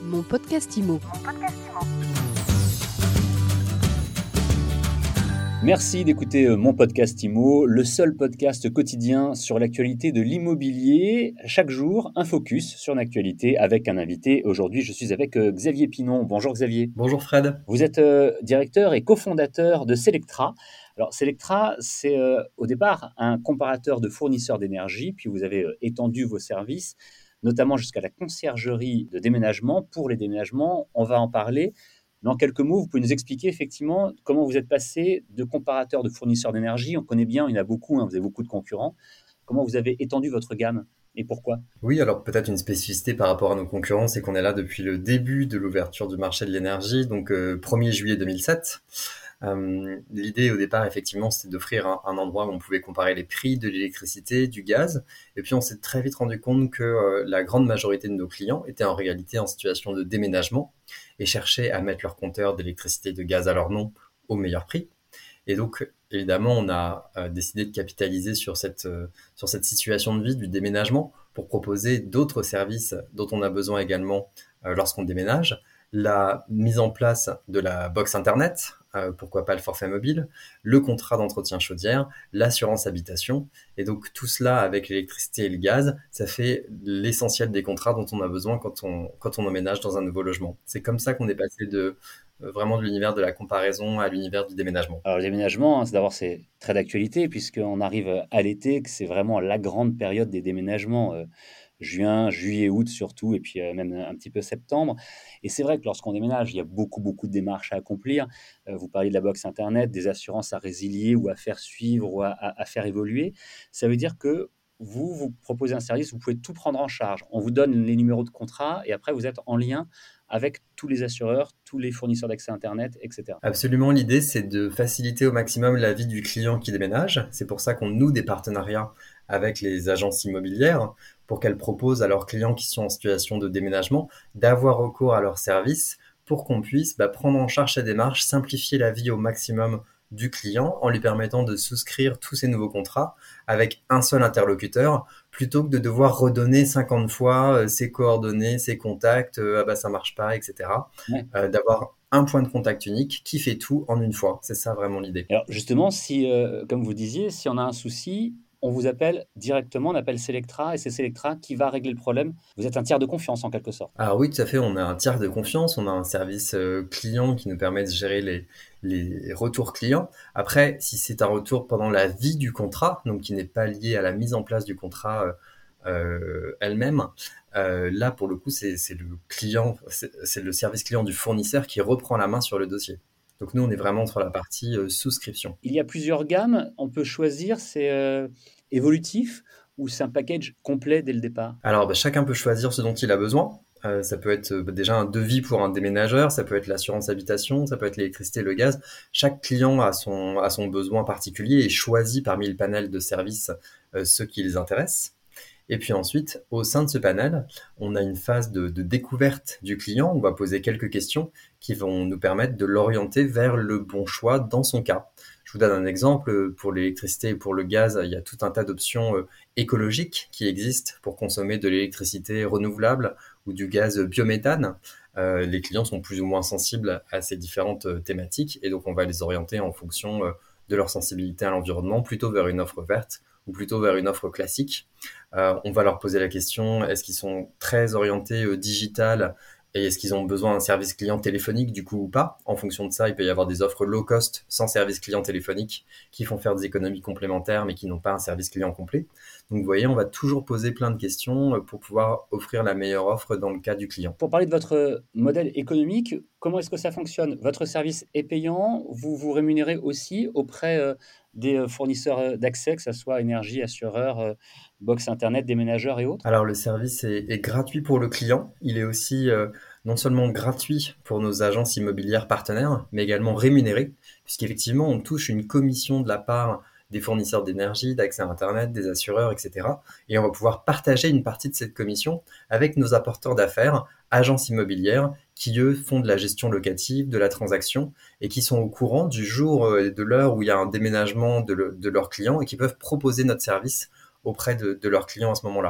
Mon podcast IMO. Merci d'écouter mon podcast IMO, le seul podcast quotidien sur l'actualité de l'immobilier. Chaque jour, un focus sur l'actualité avec un invité. Aujourd'hui, je suis avec Xavier Pinon. Bonjour Xavier. Bonjour Fred. Vous êtes directeur et cofondateur de Selectra. Alors Selectra, c'est au départ un comparateur de fournisseurs d'énergie, puis vous avez étendu vos services, notamment jusqu'à la conciergerie de déménagement. Pour les déménagements, on va en parler. Mais en quelques mots, vous pouvez nous expliquer effectivement comment vous êtes passé de comparateur de fournisseurs d'énergie. On connaît bien, il y en a beaucoup, vous avez beaucoup de concurrents. Comment vous avez étendu votre gamme et pourquoi ? Oui, alors peut-être une spécificité par rapport à nos concurrents, c'est qu'on est là depuis le début de l'ouverture du marché de l'énergie, donc 1er juillet 2007. L'idée au départ, effectivement, c'était d'offrir un endroit où on pouvait comparer les prix de l'électricité, du gaz. Et puis on s'est très vite rendu compte que la grande majorité de nos clients étaient en réalité en situation de déménagement et cherchaient à mettre leur compteur d'électricité et de gaz à leur nom au meilleur prix. Et donc, évidemment, on a décidé de capitaliser sur cette situation de vie du déménagement pour proposer d'autres services dont on a besoin également lorsqu'on déménage. La mise en place de la box Internet, pourquoi pas le forfait mobile, le contrat d'entretien chaudière, l'assurance habitation. Et donc, tout cela avec l'électricité et le gaz, ça fait l'essentiel des contrats dont on a besoin quand on emménage dans un nouveau logement. C'est comme ça qu'on est passé vraiment de l'univers de la comparaison à l'univers du déménagement. Alors le déménagement, d'abord c'est très d'actualité puisqu'on arrive à l'été, que c'est vraiment la grande période des déménagements, juin, juillet, août surtout, et puis même un petit peu septembre. Et c'est vrai que lorsqu'on déménage, il y a beaucoup de démarches à accomplir. Vous parliez de la box Internet, des assurances à résilier ou à faire suivre ou à faire évoluer. Ça veut dire que vous proposez un service, vous pouvez tout prendre en charge. On vous donne les numéros de contrat et après vous êtes en lien avec tous les assureurs, tous les fournisseurs d'accès Internet, etc. Absolument, l'idée, c'est de faciliter au maximum la vie du client qui déménage. C'est pour ça qu'on noue des partenariats avec les agences immobilières pour qu'elles proposent à leurs clients qui sont en situation de déménagement d'avoir recours à leurs services pour qu'on puisse prendre en charge ces démarches, simplifier la vie au maximum du client en lui permettant de souscrire tous ces nouveaux contrats avec un seul interlocuteur plutôt que de devoir redonner 50 fois ses coordonnées, ses contacts, ça marche pas, etc. Ouais. D'avoir un point de contact unique qui fait tout en une fois. C'est ça vraiment l'idée. Alors justement, si, comme vous disiez, si on a un souci, on vous appelle directement, on appelle Selectra et c'est Selectra qui va régler le problème. Vous êtes un tiers de confiance en quelque sorte. Alors oui, tout à fait, on a un tiers de confiance, on a un service client qui nous permet de gérer les retours clients. Après, si c'est un retour pendant la vie du contrat, donc qui n'est pas lié à la mise en place du contrat elle-même, là pour le coup c'est le client, c'est le service client du fournisseur qui reprend la main sur le dossier. Donc nous on est vraiment sur la partie souscription. Il y a plusieurs gammes, on peut choisir, c'est évolutif ou c'est un package complet dès le départ? Alors chacun peut choisir ce dont il a besoin. Ça peut être déjà un devis pour un déménageur, ça peut être l'assurance habitation, ça peut être l'électricité, le gaz. Chaque client a son besoin particulier et choisit parmi le panel de services ceux qui les intéressent. Et puis ensuite, au sein de ce panel, on a une phase de découverte du client. On va poser quelques questions qui vont nous permettre de l'orienter vers le bon choix dans son cas. Je vous donne un exemple. Pour l'électricité et pour le gaz, il y a tout un tas d'options écologiques qui existent pour consommer de l'électricité renouvelable ou du gaz biométhane. Les clients sont plus ou moins sensibles à ces différentes thématiques et donc on va les orienter en fonction de leur sensibilité à l'environnement, plutôt vers une offre verte ou plutôt vers une offre classique. On va leur poser la question, est-ce qu'ils sont très orientés digital et est-ce qu'ils ont besoin d'un service client téléphonique du coup ou pas? En fonction de ça, il peut y avoir des offres low cost sans service client téléphonique qui font faire des économies complémentaires mais qui n'ont pas un service client complet. Donc vous voyez, on va toujours poser plein de questions pour pouvoir offrir la meilleure offre dans le cas du client. Pour parler de votre modèle économique, comment est-ce que ça fonctionne? Votre service est payant, vous vous rémunérez aussi auprès des fournisseurs d'accès, que ce soit énergie, assureur, box Internet, déménageurs et autres? Alors le service est gratuit pour le client, il est aussi non seulement gratuit pour nos agences immobilières partenaires, mais également rémunéré, puisqu'effectivement on touche une commission de la part des fournisseurs d'énergie, d'accès à Internet, des assureurs, etc. Et on va pouvoir partager une partie de cette commission avec nos apporteurs d'affaires, agences immobilières, qui eux font de la gestion locative, de la transaction, et qui sont au courant du jour et de l'heure où il y a un déménagement de leurs clients et qui peuvent proposer notre service auprès de leurs clients à ce moment-là.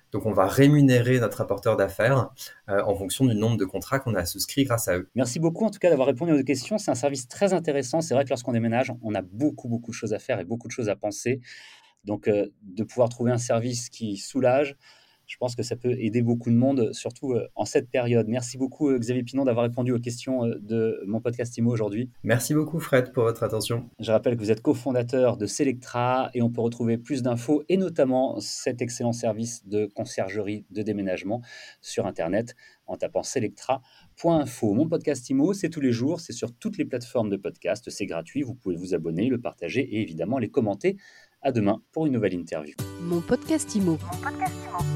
Donc, on va rémunérer notre apporteur d'affaires en fonction du nombre de contrats qu'on a souscrits grâce à eux. Merci beaucoup en tout cas d'avoir répondu à nos questions. C'est un service très intéressant. C'est vrai que lorsqu'on déménage, on a beaucoup, beaucoup de choses à faire et beaucoup de choses à penser. Donc, de pouvoir trouver un service qui soulage, je pense que ça peut aider beaucoup de monde, surtout en cette période. Merci beaucoup, Xavier Pinon, d'avoir répondu aux questions de mon podcast IMO aujourd'hui. Merci beaucoup, Fred, pour votre attention. Je rappelle que vous êtes cofondateur de Selectra et on peut retrouver plus d'infos et notamment cet excellent service de conciergerie de déménagement sur Internet en tapant selectra.info. Mon podcast IMO, c'est tous les jours, c'est sur toutes les plateformes de podcast, c'est gratuit, vous pouvez vous abonner, le partager et évidemment les commenter. À demain pour une nouvelle interview. Mon podcast IMO.